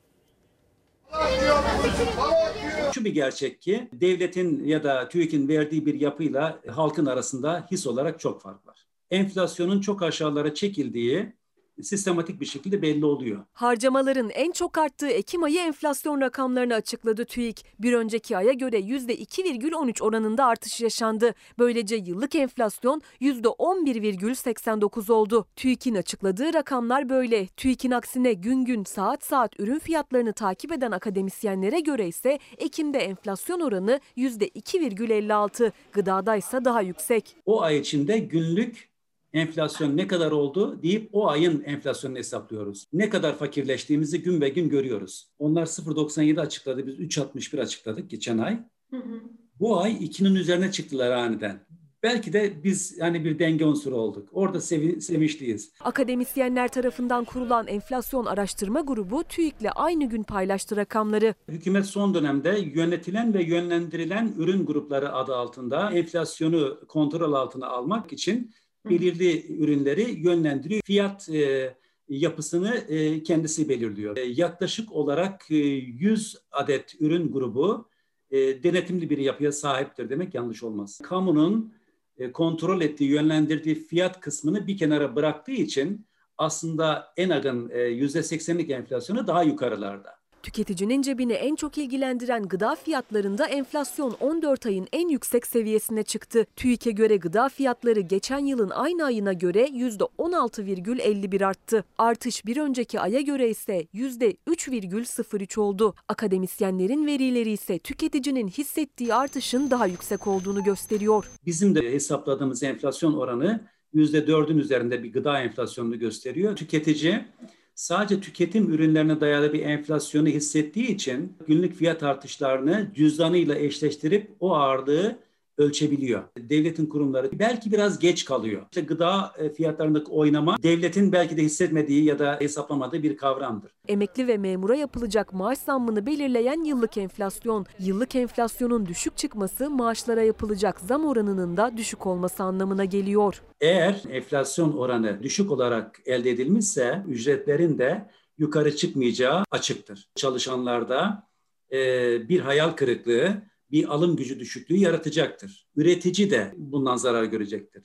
Şu bir gerçek ki devletin ya da TÜİK'in verdiği bir yapıyla halkın arasında his olarak çok fark var. Enflasyonun çok aşağılara çekildiği sistematik bir şekilde belli oluyor. Harcamaların en çok arttığı Ekim ayı enflasyon rakamlarını açıkladı TÜİK. Bir önceki aya göre yüzde iki virgül on üç oranında artış yaşandı. Böylece yıllık enflasyon yüzde on bir virgül seksen dokuz oldu. TÜİK'in açıkladığı rakamlar böyle. TÜİK'in aksine gün gün saat saat ürün fiyatlarını takip eden akademisyenlere göre ise Ekim'de enflasyon oranı yüzde iki virgül elli altı. Gıdada ise daha yüksek. O ay içinde günlük enflasyon ne kadar oldu deyip o ayın enflasyonunu hesaplıyoruz. Ne kadar fakirleştiğimizi gün be gün görüyoruz. Onlar sıfır virgül doksan yedi açıkladı, biz üç virgül altmış bir açıkladık geçen ay. Hı hı. Bu ay ikinin üzerine çıktılar aniden. Belki de biz yani bir denge unsuru olduk. Orada sevi- sevinçliyiz. Akademisyenler tarafından kurulan enflasyon araştırma grubu TÜİK'le aynı gün paylaştı rakamları. Hükümet son dönemde yönetilen ve yönlendirilen ürün grupları adı altında enflasyonu kontrol altına almak için belirli ürünleri yönlendiriyor. Fiyat e, yapısını e, kendisi belirliyor. E, yaklaşık olarak e, yüz adet ürün grubu e, denetimli bir yapıya sahiptir demek yanlış olmaz. Kamunun e, kontrol ettiği, yönlendirdiği fiyat kısmını bir kenara bıraktığı için aslında ENAG'ın e, yüzde seksenlik enflasyonu daha yukarılarda. Tüketicinin cebini en çok ilgilendiren gıda fiyatlarında enflasyon on dört ayın en yüksek seviyesine çıktı. TÜİK'e göre gıda fiyatları geçen yılın aynı ayına göre yüzde on altı virgül elli bir arttı. Artış bir önceki aya göre ise yüzde üç virgül sıfır üç oldu. Akademisyenlerin verileri ise tüketicinin hissettiği artışın daha yüksek olduğunu gösteriyor. Bizim de hesapladığımız enflasyon oranı yüzde dördün üzerinde bir gıda enflasyonunu gösteriyor. Tüketici sadece tüketim ürünlerine dayalı bir enflasyonu hissettiği için günlük fiyat artışlarını cüzdanıyla eşleştirip o ağırlığı ölçebiliyor. Devletin kurumları belki biraz geç kalıyor. İşte gıda fiyatlarındaki oynama devletin belki de hissetmediği ya da hesaplamadığı bir kavramdır. Emekli ve memura yapılacak maaş zammını belirleyen yıllık enflasyon. Yıllık enflasyonun düşük çıkması maaşlara yapılacak zam oranının da düşük olması anlamına geliyor. Eğer enflasyon oranı düşük olarak elde edilmişse ücretlerin de yukarı çıkmayacağı açıktır. Çalışanlarda e, bir hayal kırıklığı, bir alım gücü düşüklüğü yaratacaktır. Üretici de bundan zarar görecektir.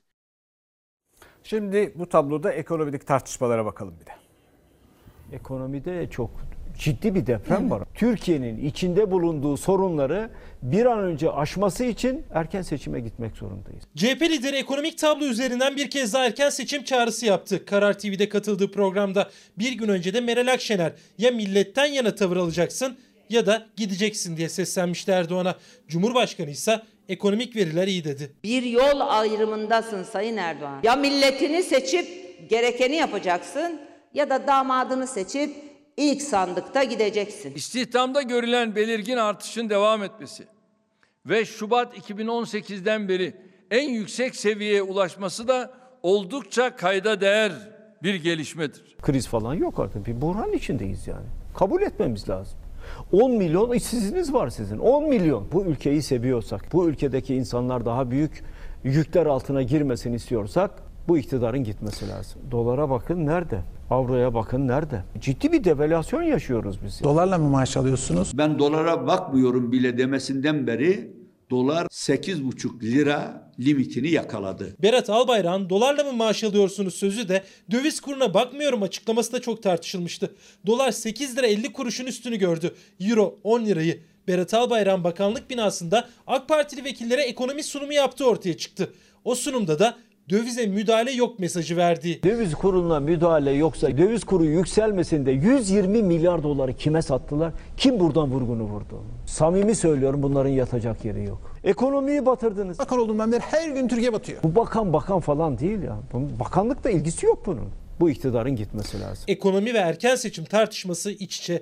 Şimdi bu tabloda ekonomideki tartışmalara bakalım bir de. Ekonomide çok ciddi bir deprem var. Türkiye'nin içinde bulunduğu sorunları bir an önce aşması için erken seçime gitmek zorundayız. C H P lideri ekonomik tablo üzerinden bir kez daha erken seçim çağrısı yaptı. Karar T V'de katıldığı programda bir gün önce de Meral Akşener ya milletten yana tavır alacaksın ya da gideceksin diye seslenmişti Erdoğan'a. Cumhurbaşkanı ise ekonomik veriler iyi dedi. Bir yol ayrımındasın Sayın Erdoğan. Ya milletini seçip gerekeni yapacaksın ya da damadını seçip ilk sandıkta gideceksin. İstihdamda görülen belirgin artışın devam etmesi ve Şubat iki bin on sekizden beri en yüksek seviyeye ulaşması da oldukça kayda değer bir gelişmedir. Kriz falan yok artık. Bir buhran içindeyiz yani. Kabul etmemiz lazım. on milyon işsiziniz var sizin. on milyon. Bu ülkeyi seviyorsak, bu ülkedeki insanlar daha büyük yükler altına girmesin istiyorsak bu iktidarın gitmesi lazım. Dolara bakın nerede? Avroya bakın nerede? Ciddi bir devalüasyon yaşıyoruz biz. Dolarla mı maaş alıyorsunuz? Ben dolara bakmıyorum bile demesinden beri dolar sekiz buçuk lira limitini yakaladı. Berat Albayrak'ın dolarla mı maaş alıyorsunuz sözü de döviz kuruna bakmıyorum açıklaması da çok tartışılmıştı. Dolar sekiz lira elli kuruşun üstünü gördü. Euro on lirayı. Berat Albayrak'ın bakanlık binasında AK Partili vekillere ekonomi sunumu yaptığı ortaya çıktı. O sunumda da dövize müdahale yok mesajı verdi. Döviz kuruna müdahale yoksa döviz kuru yükselmesinde yüz yirmi milyar doları kime sattılar? Kim buradan vurgunu vurdu? Samimi söylüyorum, bunların yatacak yeri yok. Ekonomiyi batırdınız. Bakan olduğumdan beri her gün Türkiye batıyor. Bu bakan bakan falan değil ya. Bunun bakanlıkla ilgisi yok bunun. Bu iktidarın gitmesi lazım. Ekonomi ve erken seçim tartışması iç içe.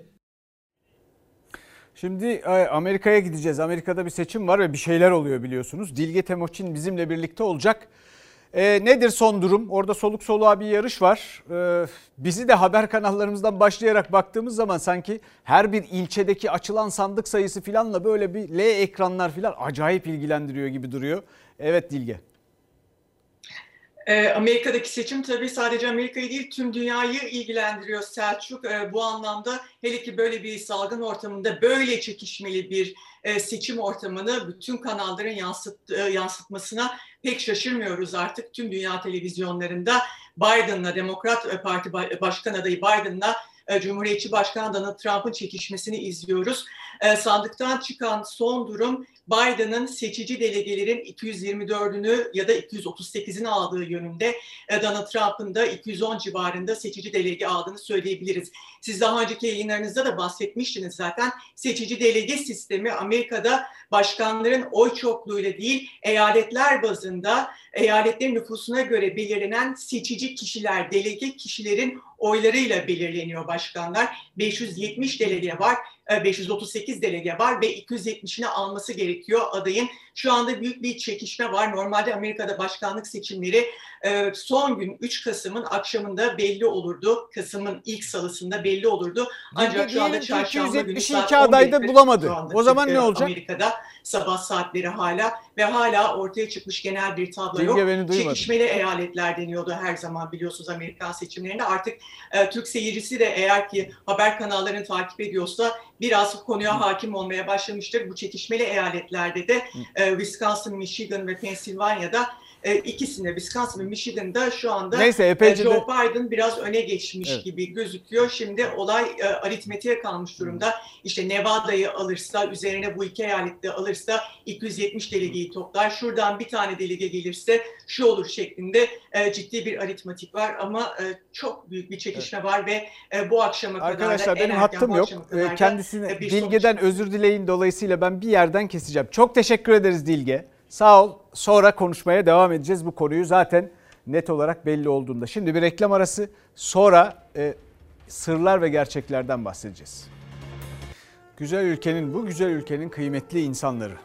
Şimdi Amerika'ya gideceğiz. Amerika'da bir seçim var ve bir şeyler oluyor biliyorsunuz. Dilge Temoçin bizimle birlikte olacak. E, nedir son durum? Orada soluk soluğa bir yarış var. E, bizi de haber kanallarımızdan başlayarak baktığımız zaman sanki her bir ilçedeki açılan sandık sayısı filanla böyle bir L ekranlar filan acayip ilgilendiriyor gibi duruyor. Evet Dilge. E, Amerika'daki seçim tabii sadece Amerika'yı değil tüm dünyayı ilgilendiriyor Selçuk. E, bu anlamda hele ki böyle bir salgın ortamında böyle çekişmeli bir e, seçim ortamını bütün kanalların yansıt, e, yansıtmasına pek şaşırmıyoruz artık. Tüm dünya televizyonlarında Biden'la Demokrat Parti Başkan adayı Biden'la e, Cumhuriyetçi Başkan Donald Trump'ın çekişmesini izliyoruz. E, sandıktan çıkan son durum Biden'ın seçici delegelerin iki yüz yirmi dördünü ya da iki yüz otuz sekizini aldığı yönünde, Donald Trump'ın da iki yüz on civarında seçici delege aldığını söyleyebiliriz. Siz daha önceki yayınlarınızda da bahsetmiştiniz zaten. Seçici delege sistemi Amerika'da başkanların oy çokluğuyla değil, eyaletler bazında eyaletlerin nüfusuna göre belirlenen seçici kişiler, delege kişilerin oylarıyla belirleniyor başkanlar. beş yüz yetmiş delege var, beş yüz otuz sekiz delege var ve iki yüz yetmişini alması gerekiyor adayın. Şu anda büyük bir çekişme var. Normalde Amerika'da başkanlık seçimleri son gün üç Kasım'ın akşamında belli olurdu. Kasım'ın ilk salısında belli olurdu. Ancak şu anda çarşamba günü saat adayda bulamadı. O zaman ne olacak? Amerika'da sabah saatleri hala ve hala ortaya çıkmış genel bir tablo yok. Çekişmeli eyaletler deniyordu her zaman biliyorsunuz Amerikan seçimlerinde. Artık e, Türk seyircisi de eğer ki haber kanallarını takip ediyorsa biraz konuya hakim olmaya başlamıştır. Bu çekişmeli eyaletlerde de e, Wisconsin, Michigan ve Pennsylvania'da e, ikisinde Wisconsin ve Michigan'da şu anda Neyse, e, Joe de... Biden biraz öne geçmiş evet. gibi gözüküyor. Şimdi olay e, aritmetiğe kalmış durumda. İşte Nevada'yı alırsa, üzerine bu iki eyalette alırsa iki yüz yetmiş delegeyi toplar. Şuradan bir tane delege gelirse şu olur şeklinde e, ciddi bir aritmetik var ama e, çok büyük bir çekişme evet. var ve e, bu akşama kadar Arkadaşlar da benim en hattım yok. Kendisine e, Dilge'den özür dileyin, dolayısıyla ben bir yerden keseceğim. Çok teşekkür ederiz Dilge. Sağ ol. Sonra konuşmaya devam edeceğiz bu konuyu zaten net olarak belli olduğunda. Şimdi bir reklam arası, sonra e, sırlar ve gerçeklerden bahsedeceğiz. Güzel ülkenin, bu güzel ülkenin kıymetli insanları,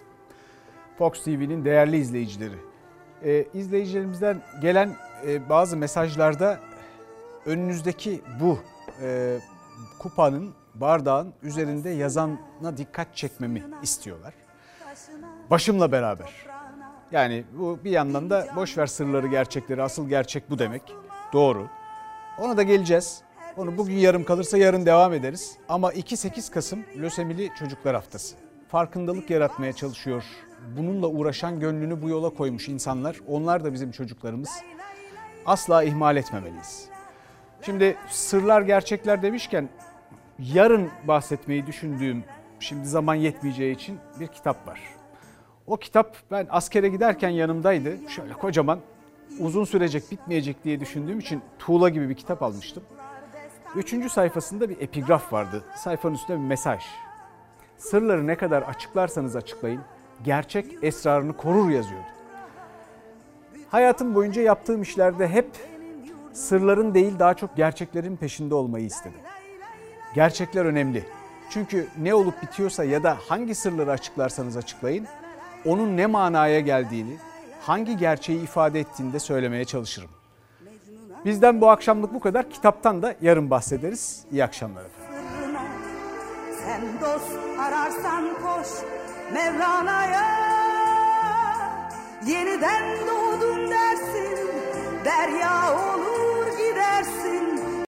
Fox T V'nin değerli izleyicileri. E, izleyicilerimizden gelen e, bazı mesajlarda önünüzdeki bu e, kupanın, bardağın üzerinde yazana dikkat çekmemi istiyorlar. Başımla beraber. Yani bu bir yandan da boş ver sırları, gerçekleri, asıl gerçek bu demek. Doğru. Ona da geleceğiz. Onu bugün yarım kalırsa yarın devam ederiz. Ama iki sekiz Kasım Lösemili Çocuklar Haftası. Farkındalık yaratmaya çalışıyor. Bununla uğraşan, gönlünü bu yola koymuş insanlar. Onlar da bizim çocuklarımız. Asla ihmal etmemeliyiz. Şimdi sırlar, gerçekler demişken yarın bahsetmeyi düşündüğüm, şimdi zaman yetmeyeceği için bir kitap var. O kitap ben askere giderken yanımdaydı. Şöyle kocaman, uzun sürecek, bitmeyecek diye düşündüğüm için tuğla gibi bir kitap almıştım. Üçüncü sayfasında bir epigraf vardı. Sayfanın üstünde bir mesaj. Sırları ne kadar açıklarsanız açıklayın, gerçek esrarını korur yazıyordu. Hayatım boyunca yaptığım işlerde hep sırların değil daha çok gerçeklerin peşinde olmayı istedim. Gerçekler önemli. Çünkü ne olup bitiyorsa ya da hangi sırları açıklarsanız açıklayın, onun ne manaya geldiğini, hangi gerçeği ifade ettiğini de söylemeye çalışırım. Bizden bu akşamlık bu kadar. Kitaptan da yarın bahsederiz. İyi akşamlar efendim. Sen dost ararsan koş Mevlana'ya yeniden